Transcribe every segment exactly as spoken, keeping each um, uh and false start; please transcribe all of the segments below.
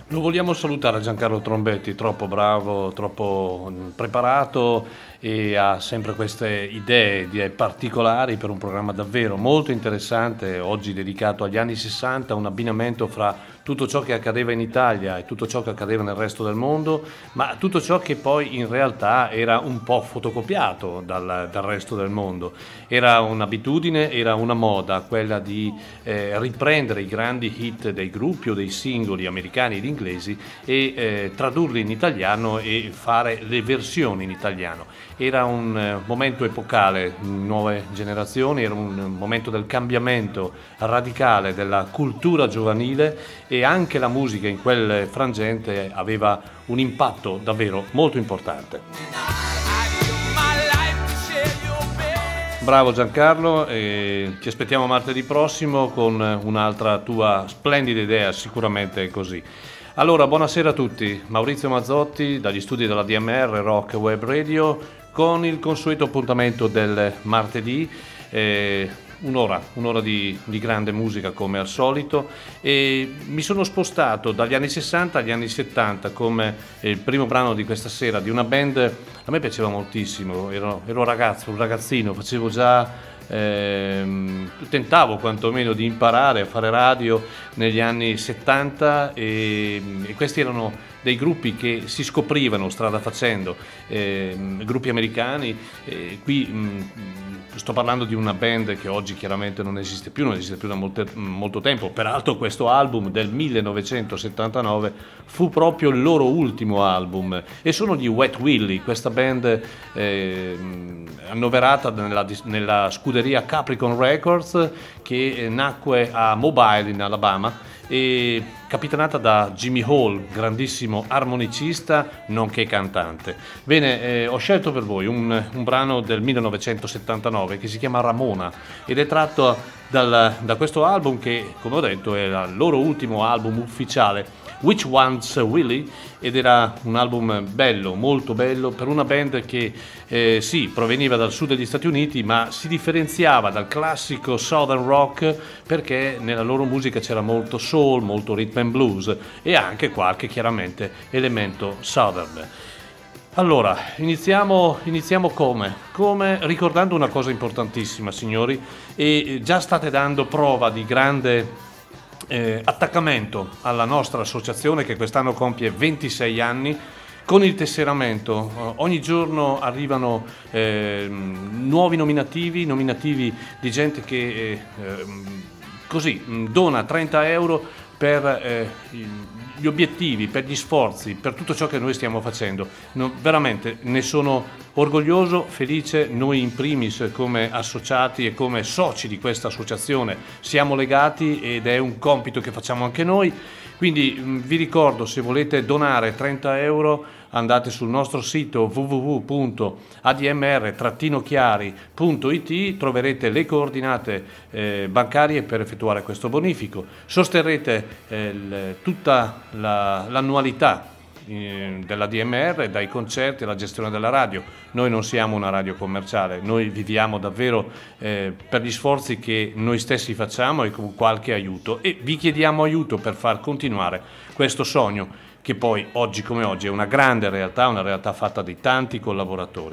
Lo vogliamo salutare Giancarlo Trombetti, troppo bravo, troppo preparato e ha sempre queste idee, idee particolari per un programma davvero molto interessante, oggi dedicato agli anni sessanta, un abbinamento fra tutto ciò che accadeva in Italia e tutto ciò che accadeva nel resto del mondo, ma tutto ciò che poi in realtà era un po' fotocopiato dal, dal resto del mondo. Era un'abitudine, era una moda, quella di eh, riprendere i grandi hit dei gruppi o dei singoli americani ed inglesi e eh, tradurli in italiano e fare le versioni in italiano. Era un eh, momento epocale, nuove generazioni, era un momento del cambiamento radicale della cultura giovanile e anche la musica in quel frangente aveva un impatto davvero molto importante. Bravo Giancarlo, e ti aspettiamo martedì prossimo con un'altra tua splendida idea, sicuramente è così. Allora, buonasera a tutti, Maurizio Mazzotti dagli studi della D M R Rock Web Radio con il consueto appuntamento del martedì, eh, un'ora, un'ora di, di grande musica come al solito, e mi sono spostato dagli anni sessanta agli anni settanta come il primo brano di questa sera di una band, a me piaceva moltissimo, ero, ero ragazzo, un ragazzino, facevo già Ehm, tentavo quantomeno di imparare a fare radio negli anni settanta e, e questi erano dei gruppi che si scoprivano strada facendo, ehm, gruppi americani, eh, qui mh, sto parlando di una band che oggi chiaramente non esiste più, non esiste più da molte, molto tempo, peraltro questo album del millenovecentosettantanove fu proprio il loro ultimo album e sono gli Wet Willie, questa band eh, annoverata nella, nella scuderia Capricorn Records che nacque a Mobile in Alabama e capitanata da Jimmy Hall, grandissimo armonicista nonché cantante. Bene, eh, ho scelto per voi un, un brano del millenovecentosettantanove che si chiama Ramona ed è tratto dal, da questo album che, come ho detto, era il loro ultimo album ufficiale, Which One's Willie, ed era un album bello, molto bello, per una band che eh, sì, proveniva dal sud degli Stati Uniti, ma si differenziava dal classico Southern Rock perché nella loro musica c'era molto soul, molto rhythm and blues e anche qualche, chiaramente, elemento Southern. Allora, iniziamo, iniziamo come? Come ricordando una cosa importantissima, signori, e già state dando prova di grande Eh, attaccamento alla nostra associazione che quest'anno compie ventisei anni con il tesseramento. Eh, ogni giorno arrivano eh, nuovi nominativi, nominativi di gente che eh, eh, così dona trenta euro per eh, gli obiettivi, per gli sforzi, per tutto ciò che noi stiamo facendo. No, veramente ne sono orgoglioso, felice. Noi in primis come associati e come soci di questa associazione siamo legati ed è un compito che facciamo anche noi. Quindi mh, vi ricordo, se volete donare trenta euro andate sul nostro sito w w w punto a d m r chiari punto i t, troverete le coordinate eh, bancarie per effettuare questo bonifico. Sosterrete eh, il, tutta la, l'annualità eh, della D M R, dai concerti alla gestione della radio. Noi non siamo una radio commerciale, noi viviamo davvero eh, per gli sforzi che noi stessi facciamo e con qualche aiuto, e vi chiediamo aiuto per far continuare questo sogno che poi oggi come oggi è una grande realtà, una realtà fatta di tanti collaboratori.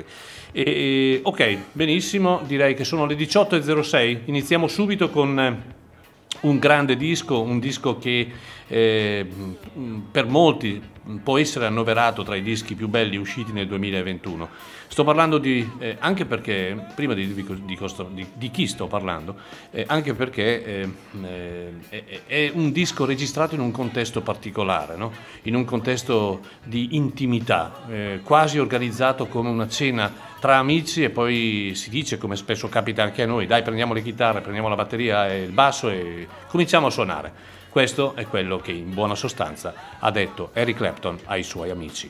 E, ok, benissimo, direi che sono le diciotto e zero sei, iniziamo subito con un grande disco, un disco che eh, per molti può essere annoverato tra i dischi più belli usciti nel duemilaventuno. Sto parlando di, eh, anche perché, prima di dirvi di, di, di chi sto parlando, eh, anche perché eh, eh, è un disco registrato in un contesto particolare, no? In un contesto di intimità, eh, quasi organizzato come una cena tra amici, e poi si dice, come spesso capita anche a noi, dai, prendiamo le chitarre, prendiamo la batteria e il basso e cominciamo a suonare. Questo è quello che in buona sostanza ha detto Eric Clapton ai suoi amici.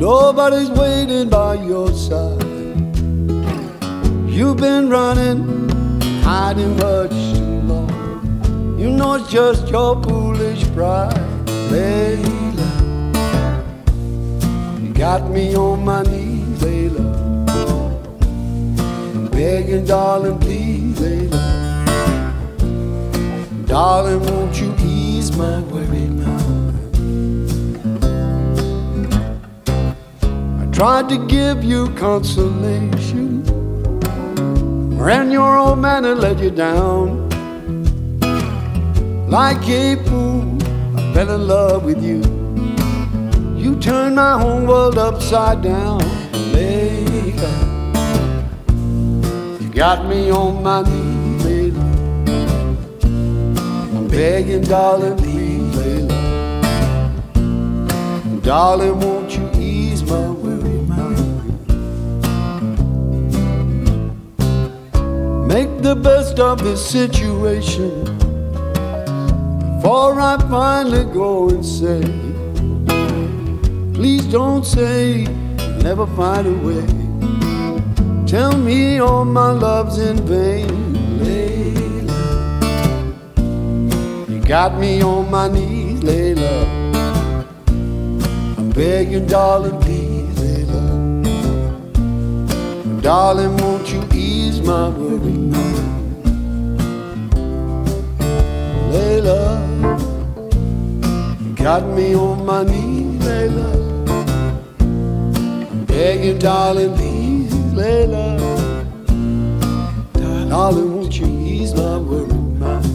Nobody's waiting by your side. You've been running, hiding much too long. You know it's just your foolish pride, Layla. You got me on my knees, Layla. I'm begging, darling, please, Layla. Darling, won't you ease my worry mind? I tried to give you consolation, and your old man had let you down. Like a fool, I fell in love with you. You turned my whole world upside down, Layla. You got me on my knees, Layla. I'm begging, darling, please, Layla. Darling, won't you ease my worry mind? Make the best of this situation before I finally go and say, please don't say you'll never find a way. Tell me all my love's in vain, Layla. You got me on my knees, Layla. I'm begging, darling, please, Layla. Darling, won't you ease my worry mind? Layla, you got me on my knees, Layla. I'm begging, darling, please, Layla. Darling, won't you ease my worry mind?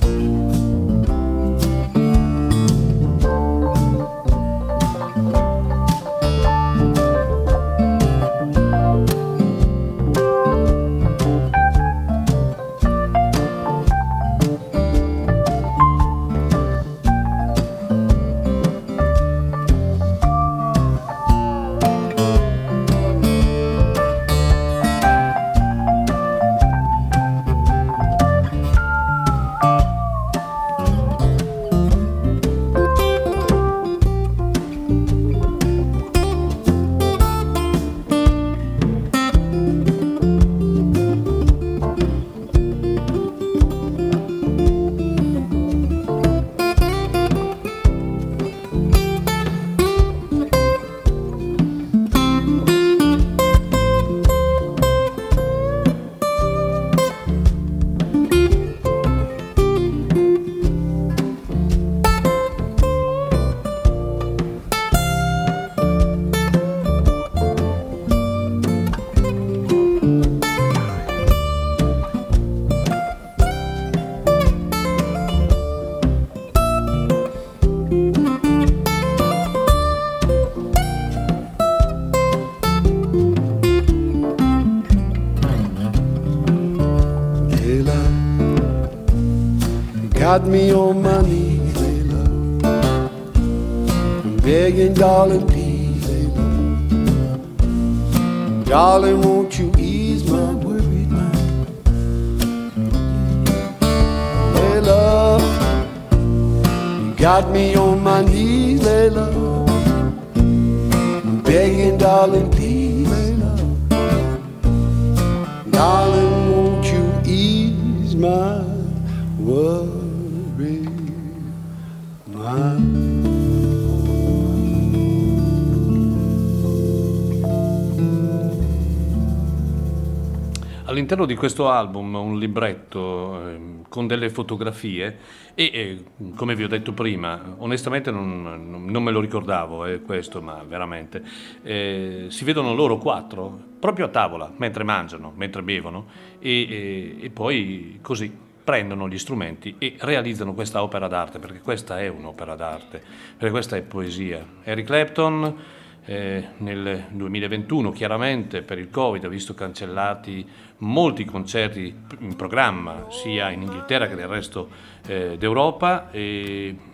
Got me on my knees, Layla. I'm begging, darling, please, Layla. Darling, won't you ease my worried mind? Layla, you got me on my knees, Layla. I'm begging, darling, please, Layla. Darling, won't you ease my worried All'interno di questo album un libretto eh, con delle fotografie e, e come vi ho detto prima, onestamente non, non me lo ricordavo eh, questo, ma veramente eh, si vedono loro quattro proprio a tavola mentre mangiano, mentre bevono e, e, e poi così prendono gli strumenti e realizzano questa opera d'arte, perché questa è un'opera d'arte, perché questa è poesia. Eric Clapton eh, nel duemilaventuno chiaramente per il Covid ha visto cancellati molti concerti in programma sia in Inghilterra che nel resto eh, d'Europa e,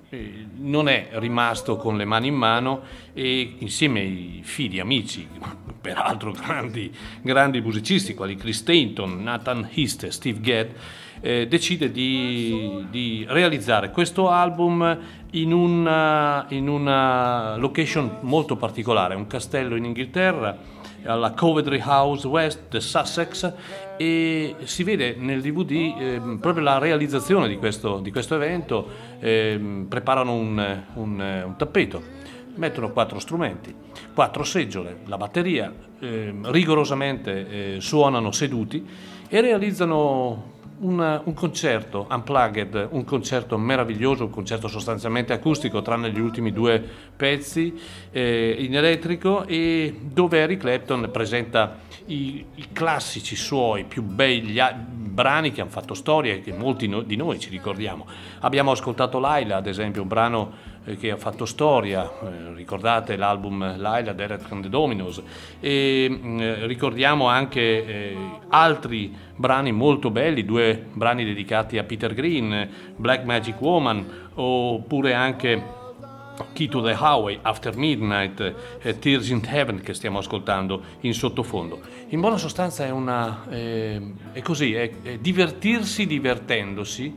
eh, non è rimasto con le mani in mano e insieme ai figli, amici, peraltro grandi, grandi musicisti quali Chris Stainton, Nathan East e Steve Gadd, eh, decide di, di realizzare questo album in una, in una location molto particolare, un castello in Inghilterra, alla Coventry House West de Sussex, e si vede nel D V D eh, proprio la realizzazione di questo, di questo evento. Eh, preparano un, un, un tappeto, mettono quattro strumenti, quattro seggiole, la batteria, eh, rigorosamente eh, suonano seduti e realizzano un, un concerto unplugged, un concerto meraviglioso, un concerto sostanzialmente acustico tranne gli ultimi due pezzi eh, in elettrico, e dove Eric Clapton presenta i, i classici suoi più begli brani che hanno fatto storia e che molti no, di noi ci ricordiamo. Abbiamo ascoltato Laila, ad esempio, un brano eh, che ha fatto storia, eh, ricordate l'album Laila, Derek and the Dominos, e eh, ricordiamo anche eh, altri brani molto belli, due brani dedicati a Peter Green, Black Magic Woman, oppure anche Key to the Highway, After Midnight, eh, Tears in Heaven, che stiamo ascoltando in sottofondo. In buona sostanza è una eh, è così, è, è divertirsi divertendosi,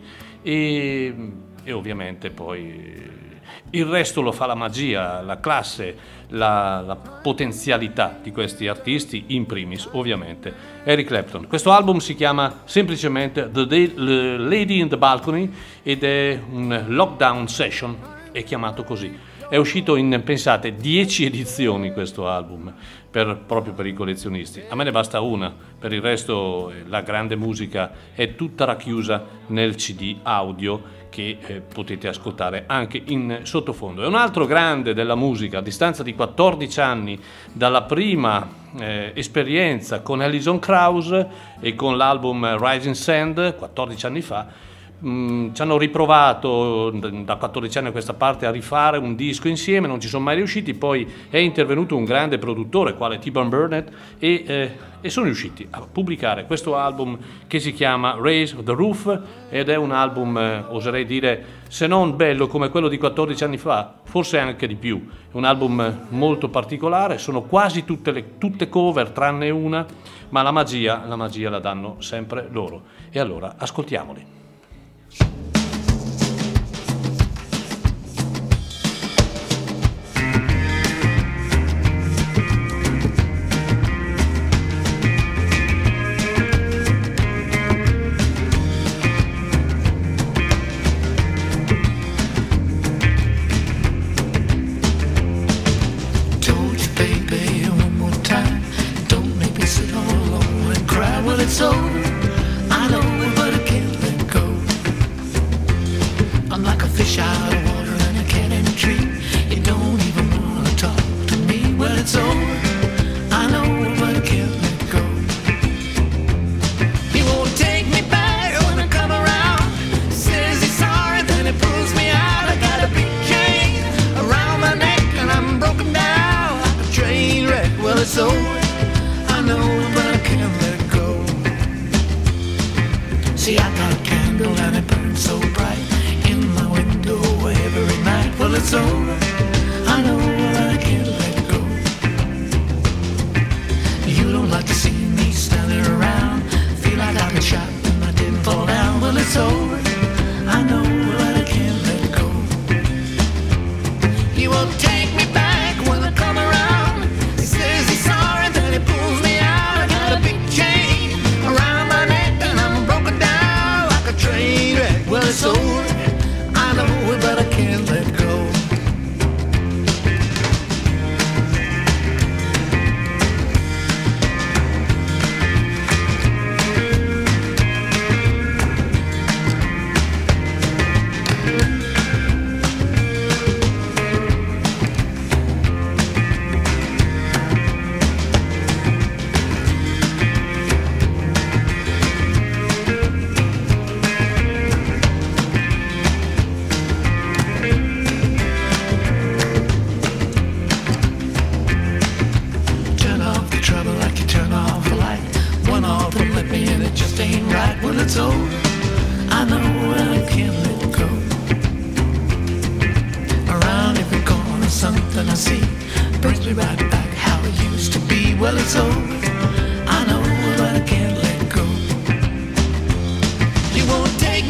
e, e ovviamente poi il resto lo fa la magia, la classe, la, la potenzialità di questi artisti, in primis ovviamente Eric Clapton. Questo album si chiama semplicemente The Day, The Lady in the Balcony ed è un lockdown session, è chiamato così. È uscito in, pensate, dieci edizioni questo album, per, proprio per i collezionisti. A me ne basta una, per il resto la grande musica è tutta racchiusa nel C D audio che eh, potete ascoltare anche in sottofondo. È un altro grande della musica, a distanza di quattordici anni dalla prima eh, esperienza con Alison Krauss e con l'album Rising Sand, quattordici anni fa. Mm, ci hanno riprovato da quattordici anni a questa parte a rifare un disco insieme, non ci sono mai riusciti. Poi è intervenuto un grande produttore quale T-Bone Burnett e, eh, e sono riusciti a pubblicare questo album che si chiama Raise the Roof, ed è un album, eh, oserei dire, se non bello come quello di quattordici anni fa, forse anche di più. È un album molto particolare, sono quasi tutte, le, tutte cover tranne una, ma la magia, la magia la danno sempre loro. E allora ascoltiamoli.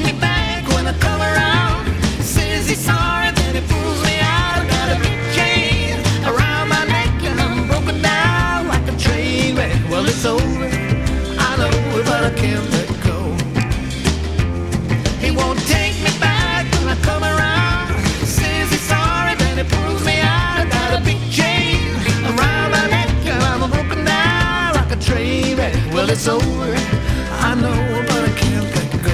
me back when I come around. Says he's sorry, then he pulls me out. Got a big chain around my neck and I'm broken down like a train wreck. Well, it's over, I know, but I can't let go. He won't take me back when I come around. Says he's sorry, then he pulls me out. Got a big chain around my neck and I'm broken down like a train wreck. Well, it's over, I know, but I can't let go.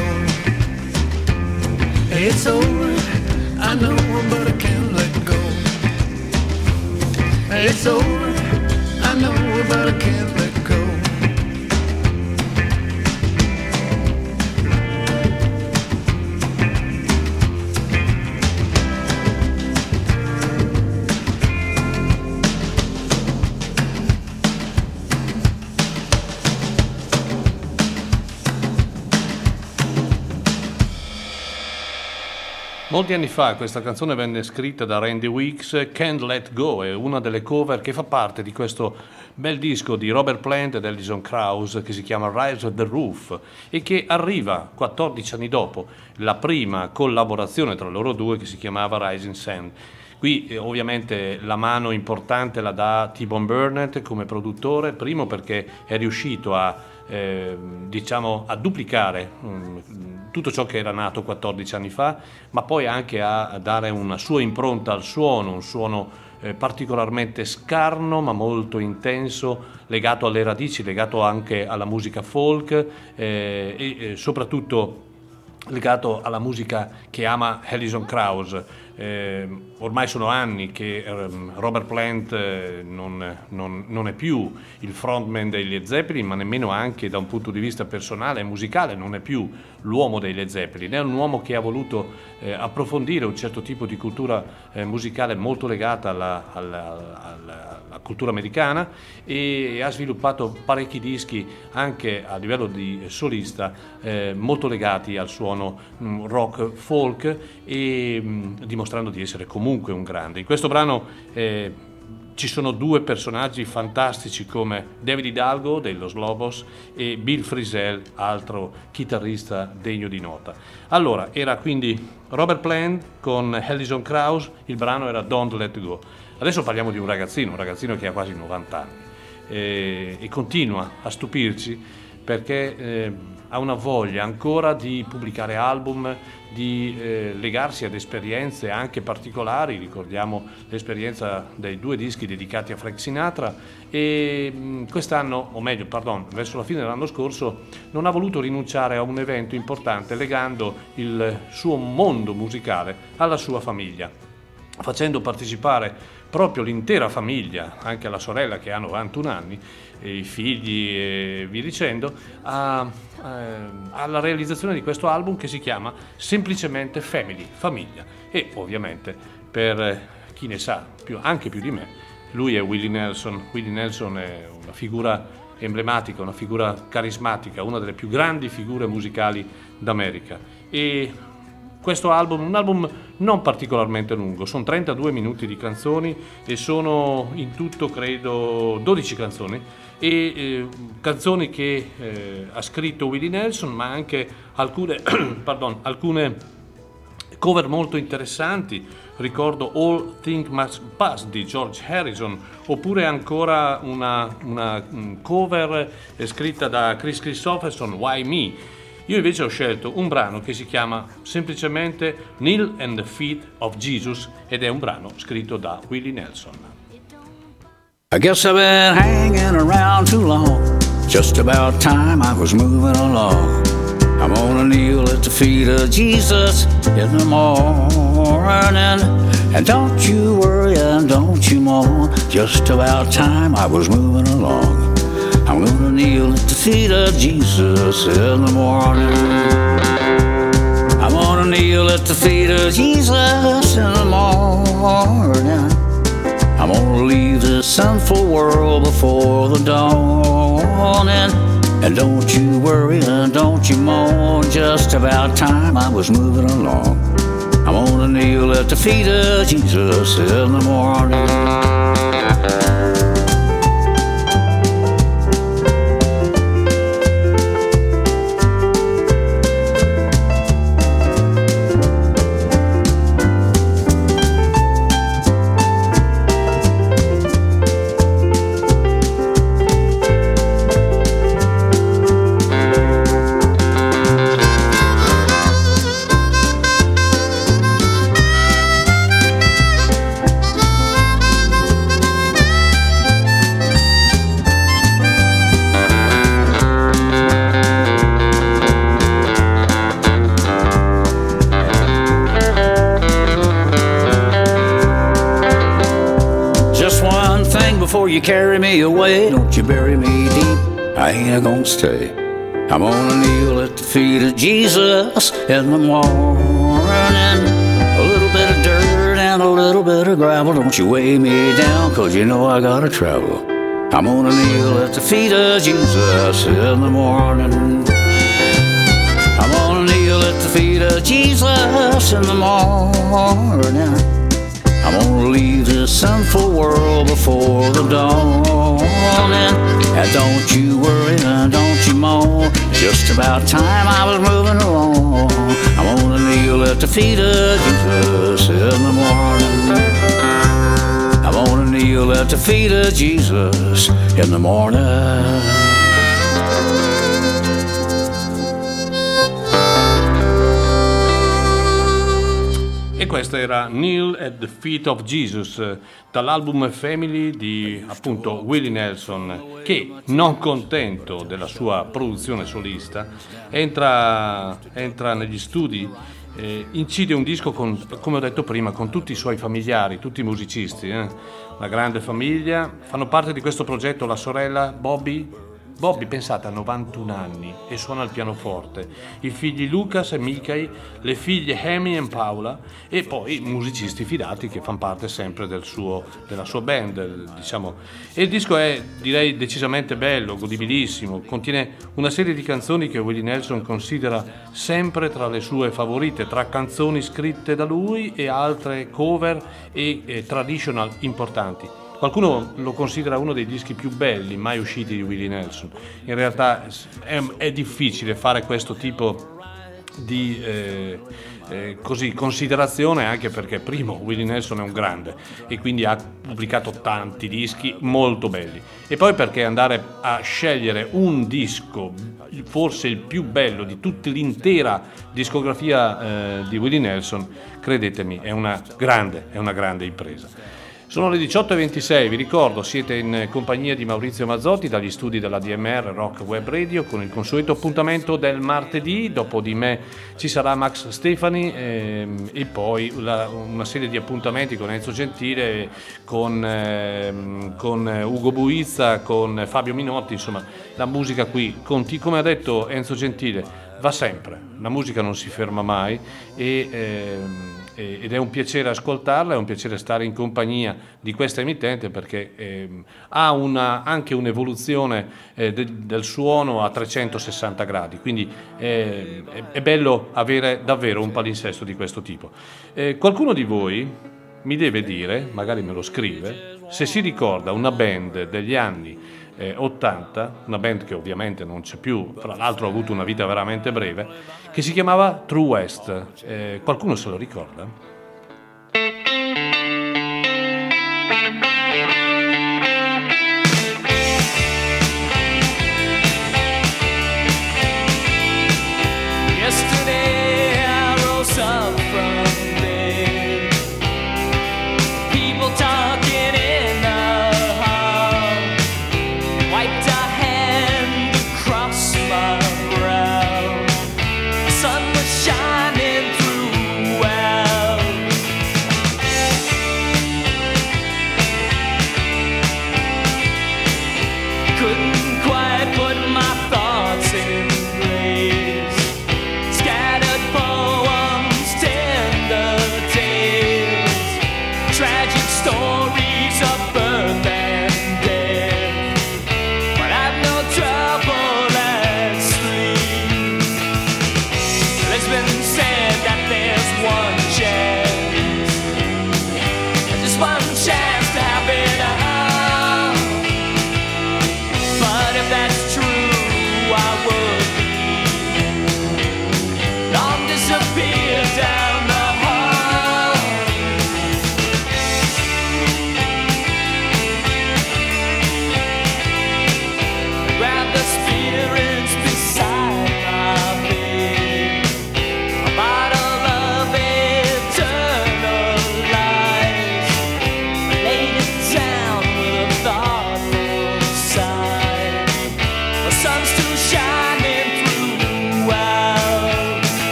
It's over, I know, but I can't let go. It's over, I know, but I can't let go. Molti anni fa questa canzone venne scritta da Randy Weeks. Can't Let Go è una delle cover che fa parte di questo bel disco di Robert Plant ed Alison Krauss che si chiama Rise of the Roof e che arriva quattordici anni dopo la prima collaborazione tra loro due che si chiamava Rising Sun. Qui eh, ovviamente la mano importante la dà T-Bone Burnett come produttore, primo perché è riuscito a eh, diciamo a duplicare um, tutto ciò che era nato quattordici anni fa, ma poi anche a dare una sua impronta al suono, un suono eh, particolarmente scarno ma molto intenso, legato alle radici, legato anche alla musica folk eh, e eh, soprattutto legato alla musica che ama Alison Krauss. Eh, ormai sono anni che eh, Robert Plant eh, non, non, non è più il frontman dei Led Zeppelin, ma nemmeno anche da un punto di vista personale e musicale non è più l'uomo dei Led Zeppelin, è un uomo che ha voluto eh, approfondire un certo tipo di cultura eh, musicale molto legata alla, alla, alla, alla cultura americana e ha sviluppato parecchi dischi anche a livello di solista eh, molto legati al suono mh, rock folk e mh, dimostrando di essere comunque un grande. In questo brano eh, ci sono due personaggi fantastici come David Hidalgo dei Los Lobos e Bill Frisell, altro chitarrista degno di nota. Allora, era quindi Robert Plant con Alison Krauss, il brano era Don't Let Go. Adesso parliamo di un ragazzino, un ragazzino che ha quasi novanta anni eh, e continua a stupirci perché eh, ha una voglia ancora di pubblicare album, di eh, legarsi ad esperienze anche particolari. Ricordiamo l'esperienza dei due dischi dedicati a Frank Sinatra e mh, quest'anno, o meglio, pardon, verso la fine dell'anno scorso non ha voluto rinunciare a un evento importante legando il suo mondo musicale alla sua famiglia, facendo partecipare proprio l'intera famiglia, anche la sorella che ha novantuno anni, e i figli e via dicendo, a, eh, alla realizzazione di questo album che si chiama semplicemente Family, famiglia. E ovviamente per chi ne sa più, anche più di me, lui è Willie Nelson. Willie Nelson è una figura emblematica, una figura carismatica, una delle più grandi figure musicali d'America. E questo album, un album non particolarmente lungo, sono trentadue minuti di canzoni e sono in tutto credo dodici canzoni e eh, canzoni che eh, ha scritto Willie Nelson, ma anche alcune, pardon, alcune cover molto interessanti. Ricordo All Things Must Pass di George Harrison, oppure ancora una, una cover scritta da Chris Christopherson, Why Me? Io invece ho scelto un brano che si chiama semplicemente Kneel and the Feet of Jesus ed è un brano scritto da Willie Nelson. I guess I've been hanging around too long. Just about time I was moving along. I'm gonna kneel at the feet of Jesus in the morning. And don't you worry and don't you mourn. Just about time I was moving along. I'm gonna kneel at the feet of Jesus in the morning. I'm gonna kneel at the feet of Jesus in the morning. I'm gonna leave this sinful world before the dawning. And don't you worry and don't you mourn. Just about time I was moving along. I'm gonna kneel at the feet of Jesus in the morning. you carry me away, don't you bury me deep, I ain't gonna stay. I'm gonna kneel at the feet of Jesus in the morning. A little bit of dirt and a little bit of gravel, don't you weigh me down, cause you know I gotta travel. I'm gonna kneel at the feet of Jesus in the morning. I'm gonna kneel at the feet of Jesus in the morning. I'm gonna leave this sinful world before the dawn. And don't you worry and don't you moan, it's just about time I was moving along. I'm gonna kneel at the feet of Jesus in the morning. I'm gonna kneel at the feet of Jesus in the morning. E questa era Kneel at the Feet of Jesus, dall'album Family di appunto Willie Nelson, che, non contento della sua produzione solista, entra, entra negli studi, eh, incide un disco con, come ho detto prima, con tutti i suoi familiari, tutti i musicisti, eh? Una grande famiglia. Fanno parte di questo progetto la sorella Bobby. Bobby, pensate, ha novantuno anni e suona il pianoforte, i figli Lucas e Mickey, le figlie Amy e Paula e poi musicisti fidati che fanno parte sempre del suo, della sua band, diciamo. E il disco è, direi, decisamente bello, godibilissimo, contiene una serie di canzoni che Willie Nelson considera sempre tra le sue favorite, tra canzoni scritte da lui e altre cover e, e traditional importanti. Qualcuno lo considera uno dei dischi più belli mai usciti di Willie Nelson. In realtà è, è difficile fare questo tipo di eh, eh, così, considerazione, anche perché primo Willie Nelson è un grande e quindi ha pubblicato tanti dischi molto belli, e poi perché andare a scegliere un disco, forse il più bello di tutta l'intera discografia eh, di Willie Nelson, credetemi, è una grande, è una grande impresa. Sono le diciotto e ventisei, vi ricordo, siete in compagnia di Maurizio Mazzotti dagli studi della D M R Rock Web Radio con il consueto appuntamento del martedì. Dopo di me ci sarà Max Stefani ehm, e poi la, una serie di appuntamenti con Enzo Gentile, con, ehm, con Ugo Buizza, con Fabio Minotti. Insomma, la musica qui, conti, come ha detto Enzo Gentile, va sempre, la musica non si ferma mai e... Ehm, ed è un piacere ascoltarla, è un piacere stare in compagnia di questa emittente, perché eh, ha una, anche un'evoluzione eh, de, del suono a trecentosessanta gradi, quindi eh, è, è bello avere davvero un palinsesto di questo tipo. Eh, qualcuno di voi mi deve dire, magari me lo scrive, se si ricorda una band degli anni Eh, ottanta, una band che ovviamente non c'è più, tra l'altro ha avuto una vita veramente breve, che si chiamava True West. Eh, qualcuno se lo ricorda? Sun was shining through. Well,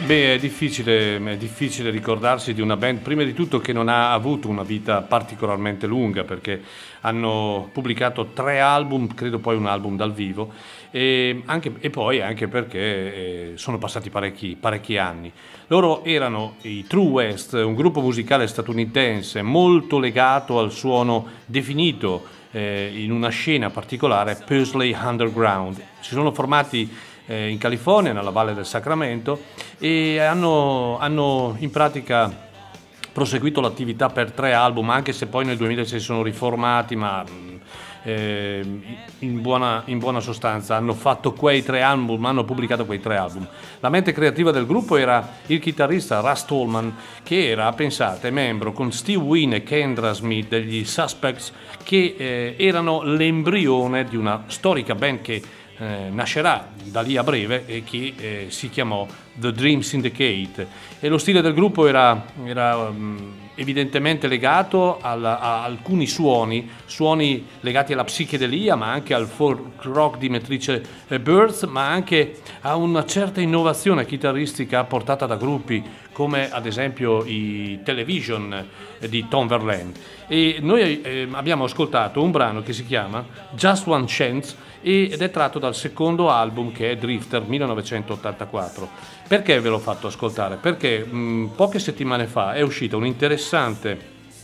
Beh, è difficile, è difficile ricordarsi di una band, prima di tutto, che non ha avuto una vita particolarmente lunga, perché hanno pubblicato tre album, credo poi un album dal vivo, e, anche, e poi anche perché eh, sono passati parecchi, parecchi anni. Loro erano i True West, un gruppo musicale statunitense molto legato al suono definito eh, in una scena particolare, Paisley Underground. Si sono formati in California, nella Valle del Sacramento, e hanno, hanno in pratica proseguito l'attività per tre album, anche se poi nel duemilasei si sono riformati, ma eh, in, buona, in buona sostanza hanno fatto quei tre album, hanno pubblicato quei tre album. La mente creativa del gruppo era il chitarrista Russ Tolman, che era, pensate, membro con Steve Wynn e Kendra Smith degli Suspects, che eh, erano l'embrione di una storica band che Eh, nascerà da lì a breve e che eh, si chiamò The Dream Syndicate, e lo stile del gruppo era, era um, evidentemente legato alla, a alcuni suoni suoni legati alla psichedelia, ma anche al folk rock di matrice eh, Birds, ma anche a una certa innovazione chitarristica portata da gruppi come ad esempio i Television eh, di Tom Verlaine. E noi eh, abbiamo ascoltato un brano che si chiama Just One Chance ed è tratto dal secondo album, che è Drifter millenovecentottantaquattro. Perché ve l'ho fatto ascoltare? Perché mh, poche settimane fa è uscita un interessante,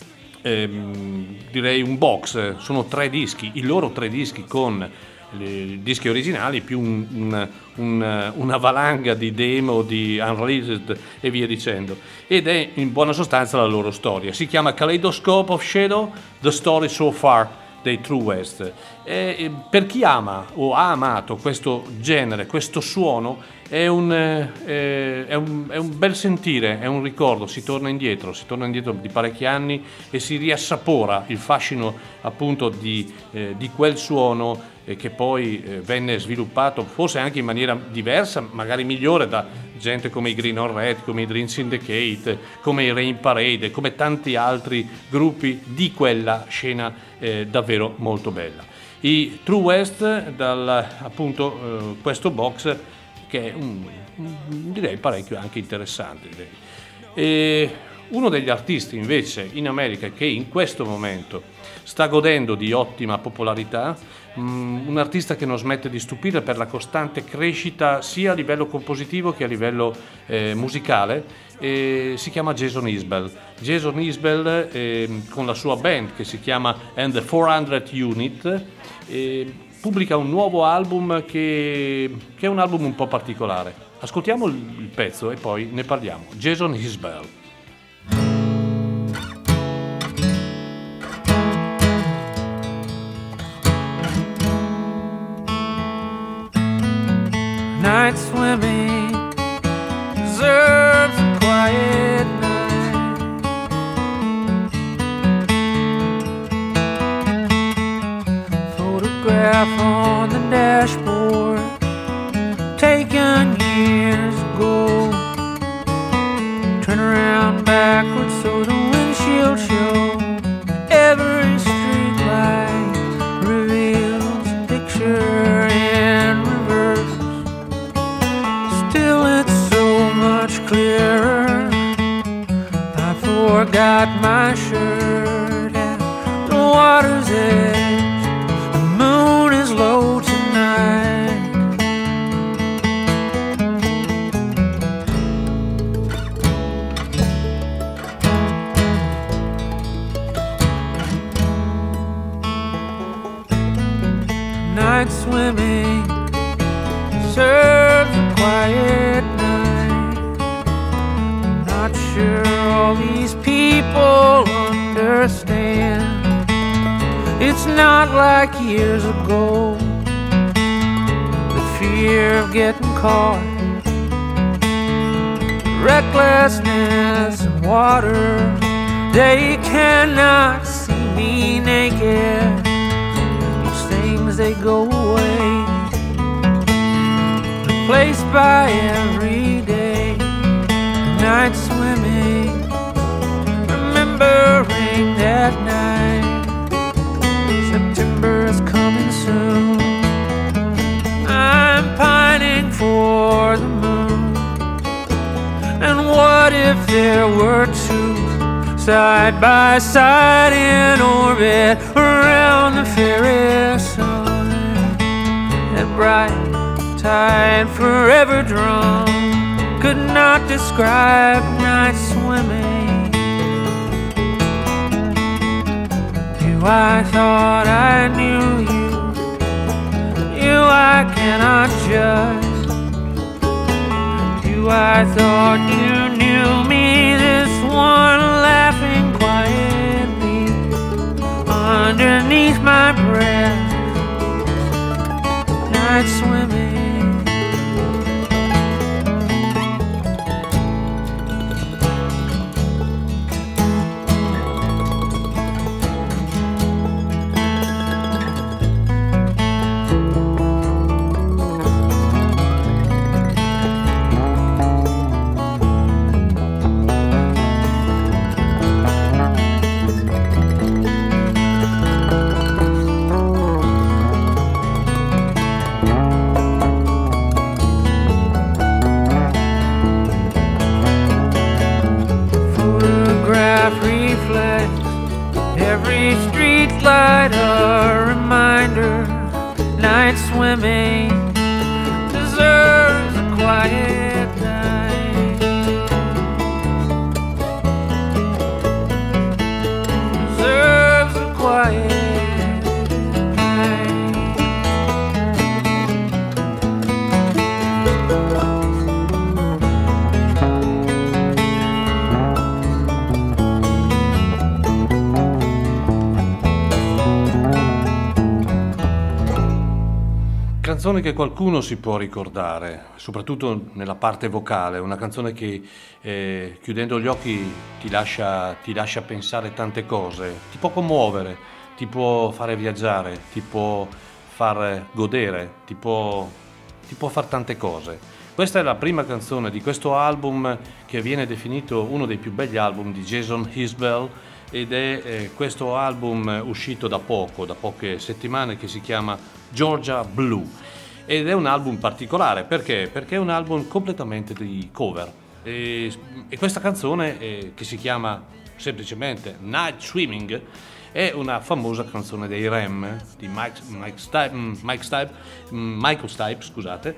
ehm, direi un box, sono tre dischi, i loro tre dischi con i dischi originali più un, un, un, una valanga di demo, di unreleased e via dicendo, ed è in buona sostanza la loro storia. Si chiama Kaleidoscope of Shadow, The Story So Far dei True West. E per chi ama o ha amato questo genere, questo suono, è un, eh, è, un, è un bel sentire, è un ricordo, si torna indietro, si torna indietro di parecchi anni e si riassapora il fascino appunto di, eh, di quel suono eh, che poi eh, venne sviluppato forse anche in maniera diversa, magari migliore, da gente come i Green on Red, come i Dream Syndicate, come i Rain Parade, come tanti altri gruppi di quella scena eh, davvero molto bella. I True West, dal appunto eh, questo box, che è un, un, direi parecchio anche interessante, direi. E uno degli artisti invece in America che in questo momento sta godendo di ottima popolarità, um, un artista che non smette di stupire per la costante crescita sia a livello compositivo che a livello eh, musicale, eh, si chiama Jason Isbell. Jason Isbell eh, con la sua band che si chiama And the quattrocento Unit eh, pubblica un nuovo album che, che è un album un po' particolare. Ascoltiamo il, il pezzo e poi ne parliamo. Jason Isbell. Night swimming deserves a quiet night. Photograph on the dashboard taken years ago. Turn around backwards so the windshield shows. Every street light reveals a picture in reverse. Still it's so much clearer. I forgot my shirt at the water's edge. The moon is low tonight. Night swimming deserves a quiet night. I'm not sure all these people understand. It's not like years ago, the fear of getting caught, recklessness in water. They cannot see me naked. These things, they go away, replaced by every day. Night swimming, remembering that night. September is coming soon. I'm pining for the moon. there were two side by side in orbit around the fairest sun, and bright tide forever drawn could not describe night swimming. You, I thought I knew you, you I cannot judge. You, I thought you knew me, this one laughing quietly underneath my breath, night swimming. Every street light a reminder, night swimming deserves a quiet night, deserves a quiet night. Canzone che qualcuno si può ricordare, soprattutto nella parte vocale, una canzone che eh, chiudendo gli occhi ti lascia, ti lascia pensare tante cose, ti può commuovere, ti può fare viaggiare, ti può far godere, ti può, ti può far tante cose. Questa è la prima canzone di questo album che viene definito uno dei più belli album di Jason Isbell, ed è eh, questo album uscito da poco, da poche settimane, che si chiama Georgia Blue, ed è un album particolare perché? Perché è un album completamente di cover, e, e questa canzone eh, che si chiama semplicemente Night Swimming è una famosa canzone dei R E M di Mike, Mike Stipe, Mike Stipe, Michael Stipe, scusate,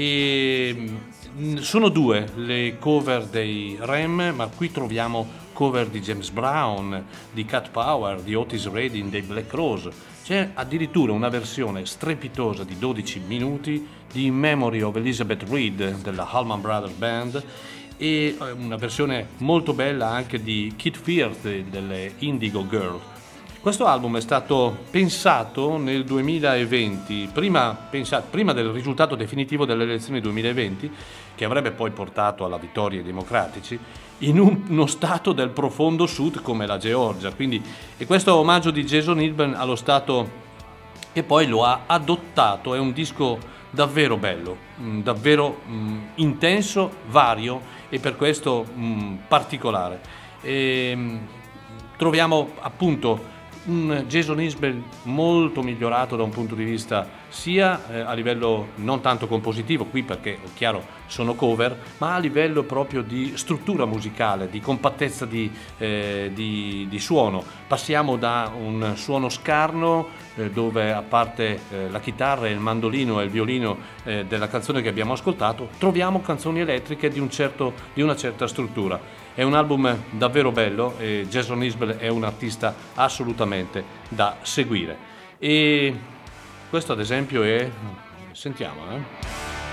e sono due le cover dei R E M, ma qui troviamo cover di James Brown, di Cat Power, di Otis Redding, dei Black Rose. C'è addirittura una versione strepitosa di dodici minuti di In Memory of Elizabeth Reed della Allman Brothers Band, e una versione molto bella anche di Kid Firth delle Indigo Girls. Questo album è stato pensato nel duemilaventi, prima, pensato, prima del risultato definitivo delle elezioni duemilaventi, che avrebbe poi portato alla vittoria ai democratici, in un, uno stato del profondo sud come la Georgia. Quindi, e questo omaggio di Jason Isbell allo stato che poi lo ha adottato, è un disco davvero bello, mh, davvero mh, intenso, vario e per questo mh, particolare. E, mh, troviamo appunto un Jason Isbell molto migliorato da un punto di vista sia eh, a livello non tanto compositivo, qui perché è chiaro sono cover, ma a livello proprio di struttura musicale, di compattezza di, eh, di, di suono. Passiamo da un suono scarno eh, dove a parte eh, la chitarra, il mandolino e il violino eh, della canzone che abbiamo ascoltato, troviamo canzoni elettriche di, un certo, di una certa struttura. È un album davvero bello e Jason Isbell è un artista assolutamente da seguire. E questo ad esempio è, sentiamo, eh?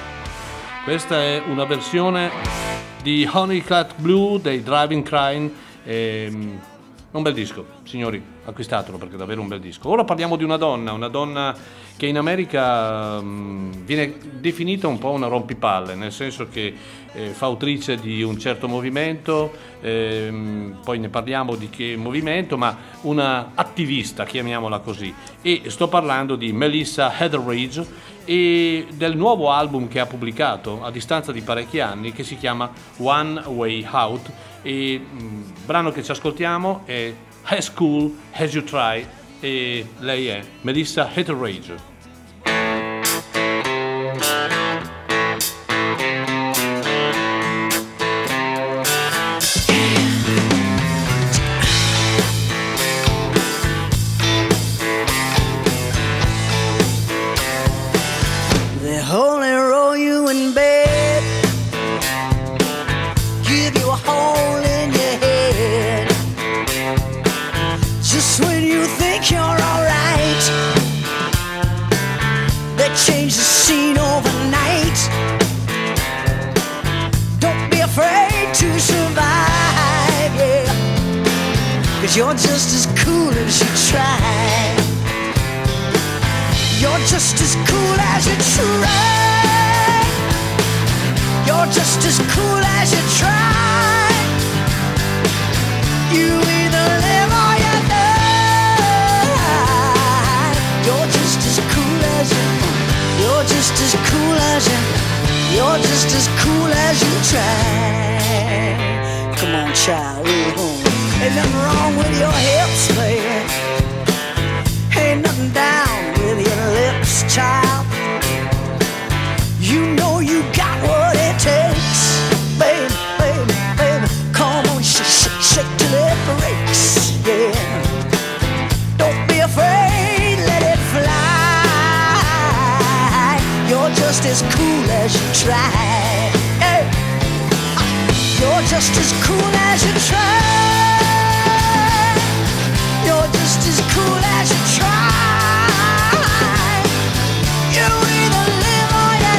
Questa è una versione di Honeycat Blue dei Driving Crane. E, un bel disco, signori, acquistatelo perché è davvero un bel disco. Ora parliamo di una donna, una donna che in America mh, viene definita un po' una rompipalle, nel senso che eh, fa autrice di un certo movimento, ehm, poi ne parliamo di che movimento, ma una attivista, chiamiamola così, e sto parlando di Melissa Etheridge e del nuovo album che ha pubblicato a distanza di parecchi anni che si chiama One Way Out, e il brano che ci ascoltiamo è As Cool As You Try e lei è Melissa Etheridge. 'cause you're just as cool as you try. You're just as cool as you try. You're just as cool as you try. You either live or you die. You're just as cool as you. You're just as cool as you. You're just as cool as you try. Come on, child, ooh. Ain't nothing wrong with your hips, baby. Ain't nothing down with your lips, child. You know you got what it takes, baby, baby, baby. Come on, shake, shake, shake till it breaks, yeah. Don't be afraid, let it fly. You're just as cool as you try. Hey. You're just as cool as you try. You're just as cool as you try. You either live or you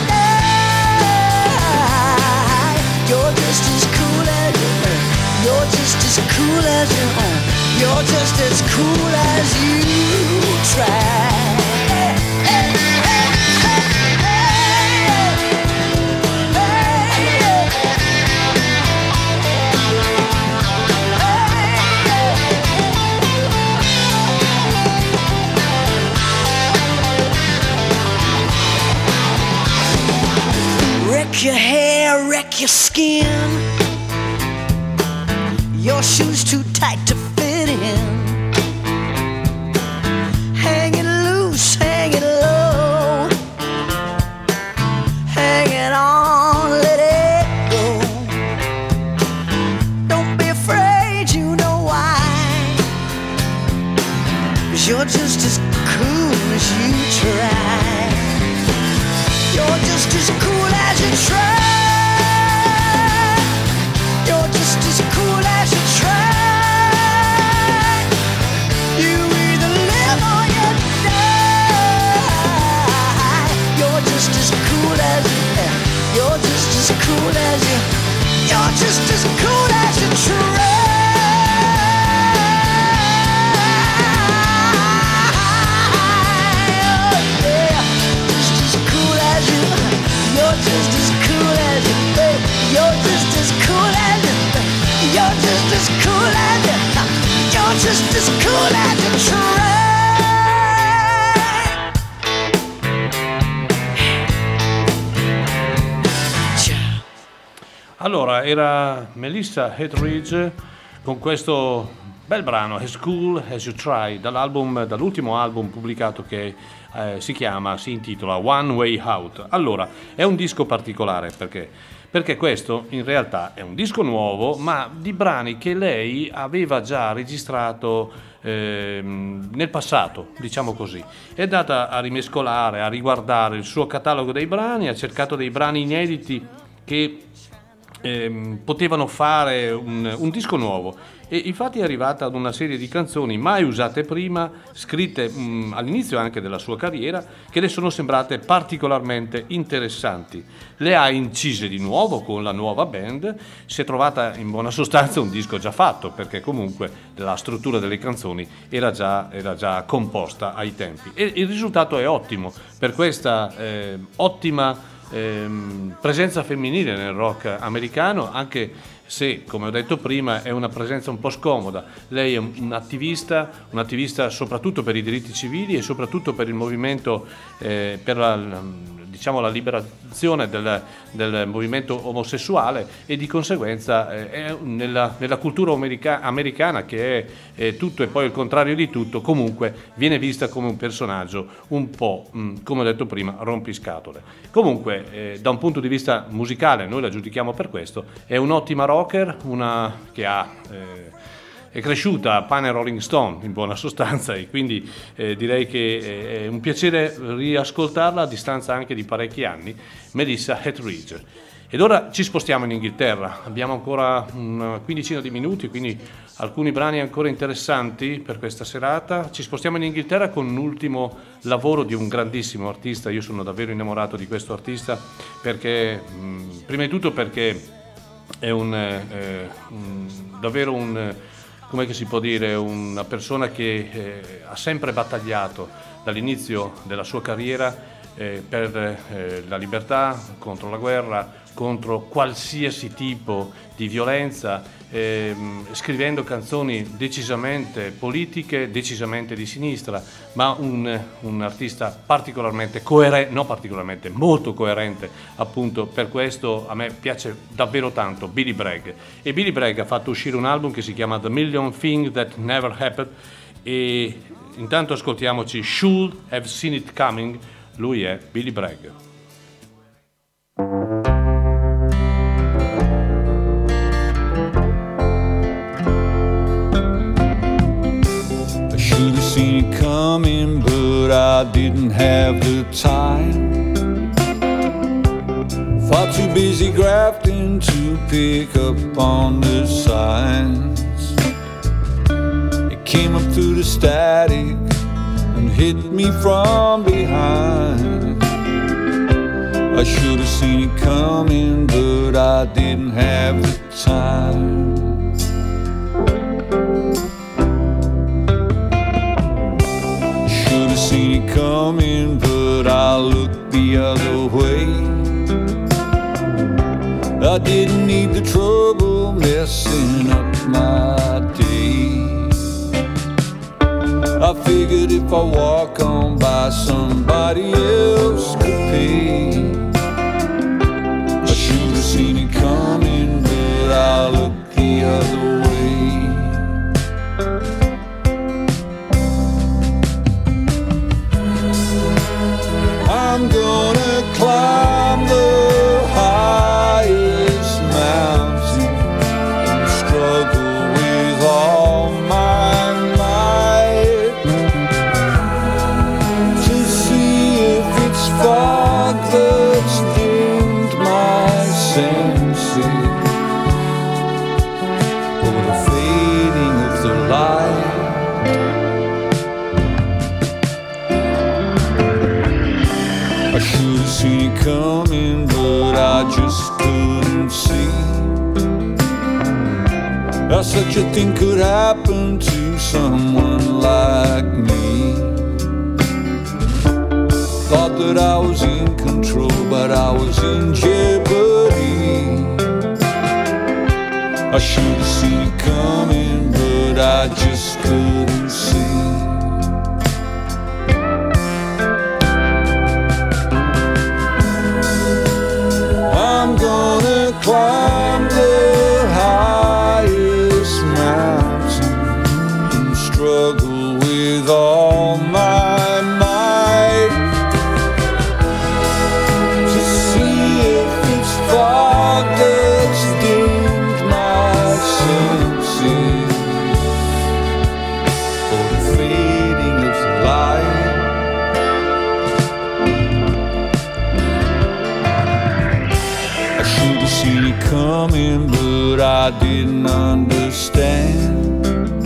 die. You're just as cool as you. You're just as cool as you. You're just as cool as you try. Wreck your hair, wreck your skin. Your shoes too tight to fit in. Hang it loose, hang it low. Hang it on, let it go. Don't be afraid, you know why. 'Cause you're just as cool as you try. You're just as cool as you try. You're just as cool as you try. You either live or you die. You're just as cool as you. You're just as cool as you. You're just as cool as you try. You're just as cool as you, babe. You're just as cool as you. You're just as cool as you. You're just as cool as you try. Allora, era Melissa Etheridge con questo bel brano As Cool As You Try dall'album, dall'ultimo album pubblicato che eh, si chiama, si intitola One Way Out. Allora, è un disco particolare perché perché questo in realtà è un disco nuovo, ma di brani che lei aveva già registrato eh, nel passato, diciamo così. È andata a rimescolare, a riguardare il suo catalogo dei brani, ha cercato dei brani inediti che eh, potevano fare un, un disco nuovo. E infatti è arrivata ad una serie di canzoni mai usate prima, scritte mh, all'inizio anche della sua carriera, che le sono sembrate particolarmente interessanti. Le ha incise di nuovo con la nuova band, si è trovata in buona sostanza un disco già fatto, perché comunque la struttura delle canzoni era già, era già composta ai tempi. E il risultato è ottimo, per questa eh, ottima eh, presenza femminile nel rock americano, anche se, come ho detto prima, è una presenza un po' scomoda. Lei è un attivista, un attivista soprattutto per i diritti civili e soprattutto per il movimento, eh, per la, diciamo, la liberazione del, del movimento omosessuale, e di conseguenza eh, è nella, nella cultura america, americana, che è, è tutto e poi il contrario di tutto, comunque viene vista come un personaggio un po', mh, come ho detto prima, rompiscatole. Comunque, eh, da un punto di vista musicale, noi la giudichiamo per questo, è un'ottima rocker, una che ha eh, è cresciuta a pane Rolling Stone in buona sostanza, e quindi eh, direi che è un piacere riascoltarla a distanza anche di parecchi anni, Melissa Etheridge. Ed ora ci spostiamo in Inghilterra, abbiamo ancora una quindicina di minuti, quindi alcuni brani ancora interessanti per questa serata. Ci spostiamo in Inghilterra con un ultimo lavoro di un grandissimo artista. Io sono davvero innamorato di questo artista perché, mh, prima di tutto perché è un, eh, un, davvero un, come si può dire, una persona che eh, ha sempre battagliato dall'inizio della sua carriera eh, per eh, la libertà, contro la guerra, contro qualsiasi tipo di violenza, ehm, scrivendo canzoni decisamente politiche, decisamente di sinistra, ma un, un artista particolarmente coerente, no particolarmente, molto coerente, appunto per questo a me piace davvero tanto Billy Bragg. E Billy Bragg ha fatto uscire un album che si chiama The Million Things That Never Happened, e intanto ascoltiamoci Should Have Seen It Coming. Lui è Billy Bragg. Should have seen it coming, but I didn't have the time. Far too busy grafting to pick up on the signs. It came up through the static and hit me from behind. I should have seen it coming, but I didn't have the time. Should have seen it coming, but I looked the other way. I didn't need the trouble messing up my day. I figured if I walk on by, somebody else could pay. I should have seen it coming, but I looked the other way. I'm gonna climb the highest mountain and struggle with all my might to see if it's fog that's dimmed my senses or the fading of the light. I should have seen it coming, but I just couldn't see how such a thing could happen to someone like me. Thought that I was in control, but I was in jeopardy. I should have seen it coming, but I just couldn't see. I'm gonna climb the highest mountain and struggle with all my might to see if it's fog that's dimmed my senses or the fading of the light. I should have seen it coming, but I didn't understand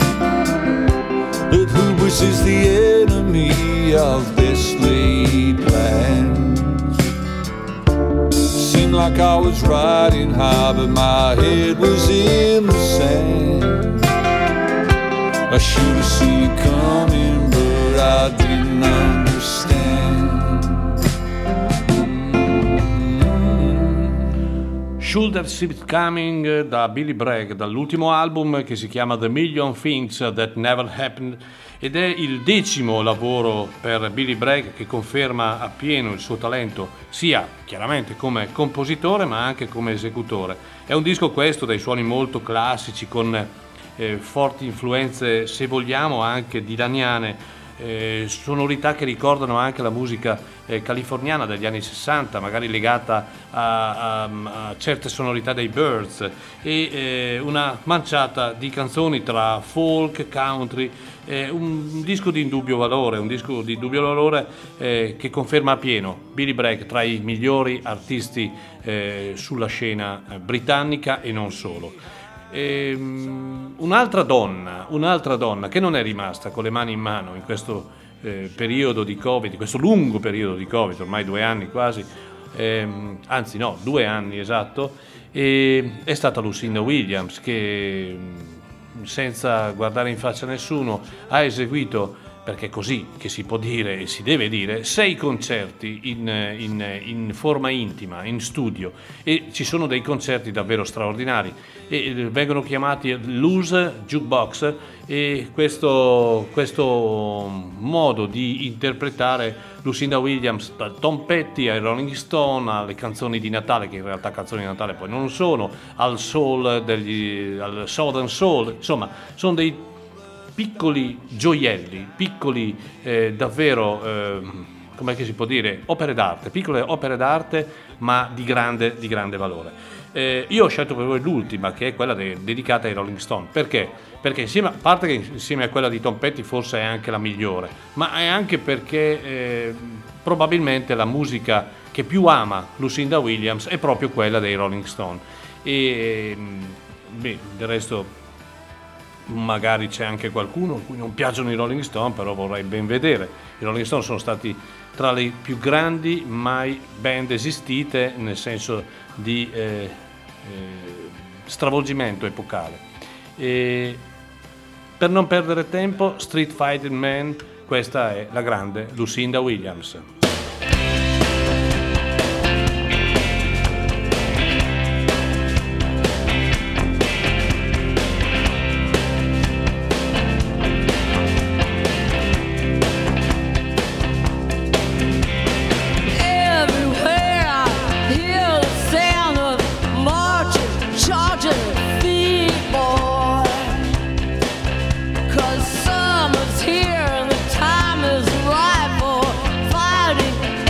that hubris is the enemy of best laid plans. Seemed like I was riding high, but my head was in the sand. I should have seen it coming, but I didn't understand. Should Have Seen It Coming da Billy Bragg, dall'ultimo album che si chiama The Million Things That Never Happened, ed è il decimo lavoro per Billy Bragg, che conferma appieno il suo talento sia chiaramente come compositore ma anche come esecutore. È un disco questo dai suoni molto classici, con eh, forti influenze, se vogliamo, anche dilaniane, Eh, sonorità che ricordano anche la musica eh, californiana degli anni sessanta, magari legata a, a, a certe sonorità dei Byrds, e eh, una manciata di canzoni tra folk, country, eh, un disco di indubbio valore, un disco di indubbio valore eh, che conferma appieno Billy Bragg tra i migliori artisti eh, sulla scena britannica e non solo. Ehm, un'altra donna, un'altra donna che non è rimasta con le mani in mano in questo eh, periodo di Covid, in questo lungo periodo di Covid, ormai due anni quasi, ehm, anzi no, due anni esatto, e è stata Lucinda Williams, che senza guardare in faccia a nessuno, ha eseguito, perché è così che si può dire e si deve dire, sei concerti in, in, in forma intima, in studio, e ci sono dei concerti davvero straordinari e vengono chiamati Loose Jukebox, e questo, questo modo di interpretare Lucinda Williams, da Tom Petty ai Rolling Stone, alle canzoni di Natale, che in realtà canzoni di Natale poi non sono, al soul, degli, al Southern Soul, insomma sono dei piccoli gioielli, piccoli eh, davvero, eh, come si può dire, opere d'arte, piccole opere d'arte, ma di grande, di grande valore. Eh, io ho scelto per voi l'ultima, che è quella de- dedicata ai Rolling Stone. Perché? Perché insieme, a parte che insieme a quella di Tom Petty forse è anche la migliore, ma è anche perché eh, probabilmente la musica che più ama Lucinda Williams è proprio quella dei Rolling Stone. E beh, del resto magari c'è anche qualcuno a cui non piacciono i Rolling Stone, però vorrei ben vedere. I Rolling Stone sono stati tra le più grandi mai band esistite, nel senso di eh, eh, stravolgimento epocale. E per non perdere tempo, Street Fighting Man, questa è la grande Lucinda Williams. Summer's here and the time is right for fighting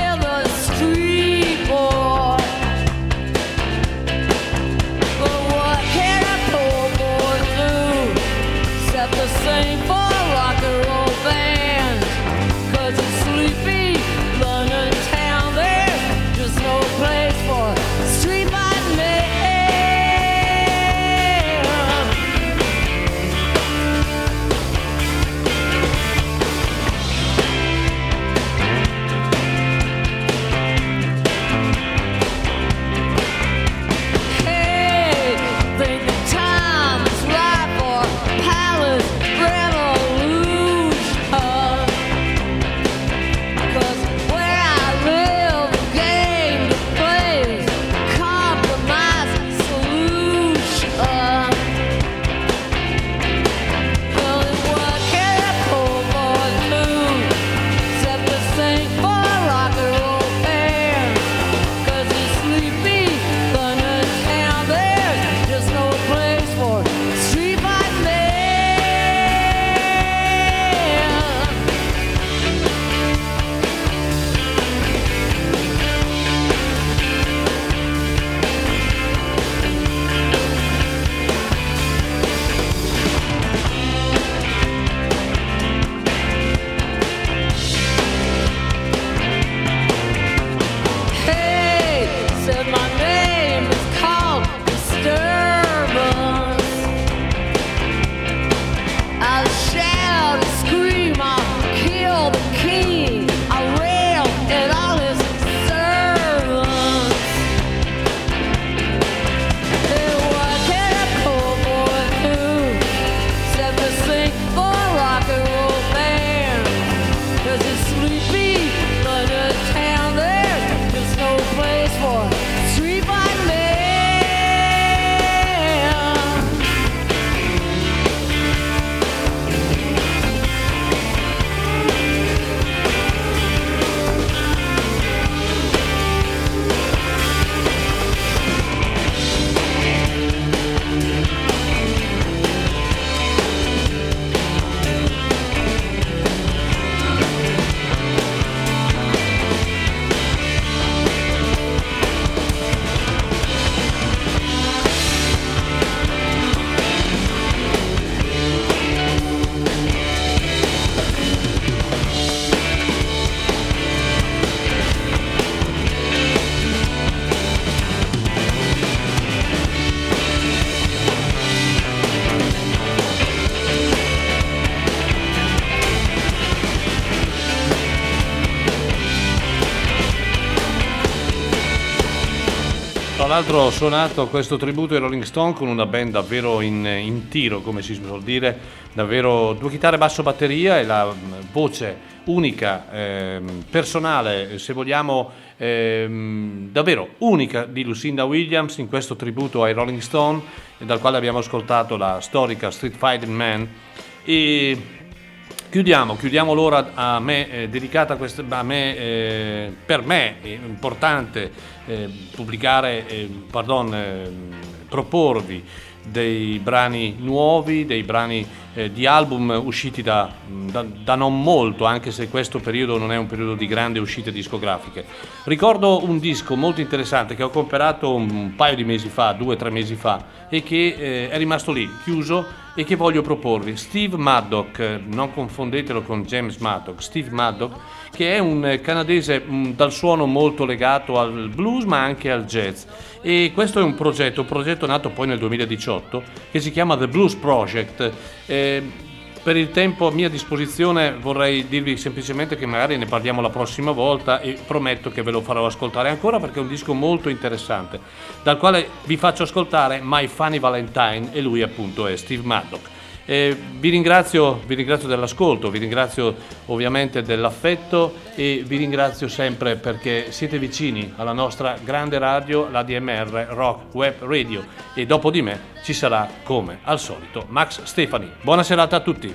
Tra l'altro ho suonato questo tributo ai Rolling Stone con una band davvero in, in tiro, come si suol dire, davvero due chitarre, basso, batteria e la voce unica, ehm, personale, se vogliamo, ehm, davvero unica di Lucinda Williams in questo tributo ai Rolling Stone, dal quale abbiamo ascoltato la storica Street Fighting Man. E chiudiamo, chiudiamo l'ora a me eh, dedicata a, queste, a me, eh, per me è importante eh, pubblicare, eh, pardon, eh, proporvi dei brani nuovi, dei brani eh, di album usciti da, da, da non molto, anche se questo periodo non è un periodo di grandi uscite discografiche. Ricordo un disco molto interessante che ho comprato un paio di mesi fa, due o tre mesi fa, e che eh, è rimasto lì, chiuso, e che voglio proporvi. Steve Maddock, non confondetelo con James Maddock, Steve Maddock, che è un canadese mh, dal suono molto legato al blues ma anche al jazz, e questo è un progetto, un progetto nato poi nel duemiladiciotto che si chiama The Blues Project. Eh, per il tempo a mia disposizione vorrei dirvi semplicemente che magari ne parliamo la prossima volta, e prometto che ve lo farò ascoltare ancora perché è un disco molto interessante, dal quale vi faccio ascoltare My Funny Valentine, e lui appunto è Steve Maddock. Eh, vi ringrazio, vi ringrazio dell'ascolto, vi ringrazio ovviamente dell'affetto, e vi ringrazio sempre perché siete vicini alla nostra grande radio, la A D M R Rock Web Radio, e dopo di me ci sarà, come al solito, Max Stefani. Buona serata a tutti.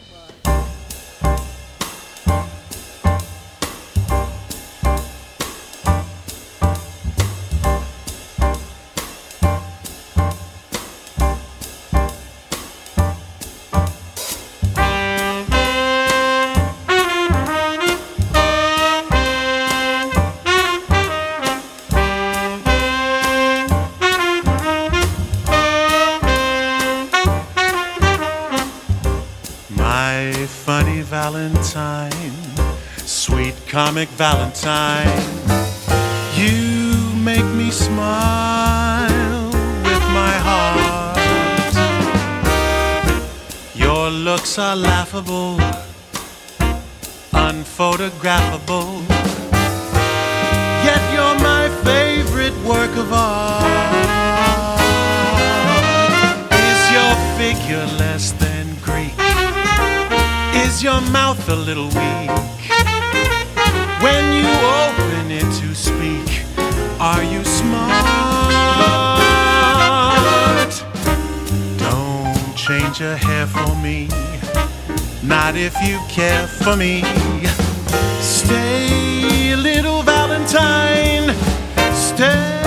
Valentine, sweet comic Valentine, you make me smile with my heart. Your looks are laughable, unphotographable, yet you're my favorite work of art. Is your figure less than Greek? Is your mouth a little weak? When you open it to speak, are you smart? Don't change your hair for me, not if you care for me. Stay, little Valentine, stay.